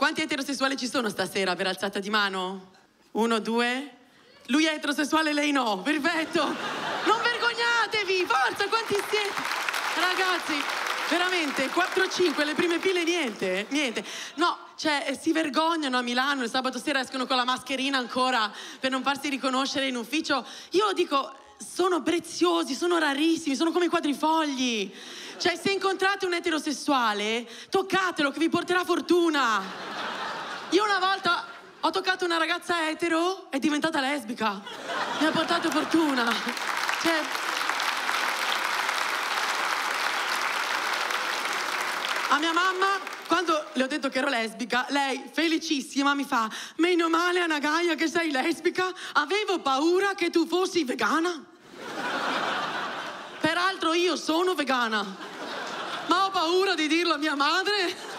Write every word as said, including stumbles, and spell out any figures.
quanti eterosessuali ci sono stasera per alzata di mano? Uno, due... Lui è eterosessuale, lei no. Perfetto. Non vergognatevi, forza, quanti siete? Ragazzi, veramente, quattro cinque, le prime file niente, niente. No, cioè, si vergognano a Milano, il sabato sera escono con la mascherina ancora per non farsi riconoscere in ufficio. Io dico, sono preziosi, sono rarissimi, sono come i quadrifogli. Cioè, se incontrate un eterosessuale, toccatelo che vi porterà fortuna. Io una volta... ho toccato una ragazza etero, è diventata lesbica. Mi ha portato fortuna. Cioè... a mia mamma, quando le ho detto che ero lesbica, lei, felicissima, mi fa: meno male, Anagaia, che sei lesbica. Avevo paura che tu fossi vegana. Peraltro io sono vegana. Ma ho paura di dirlo a mia madre.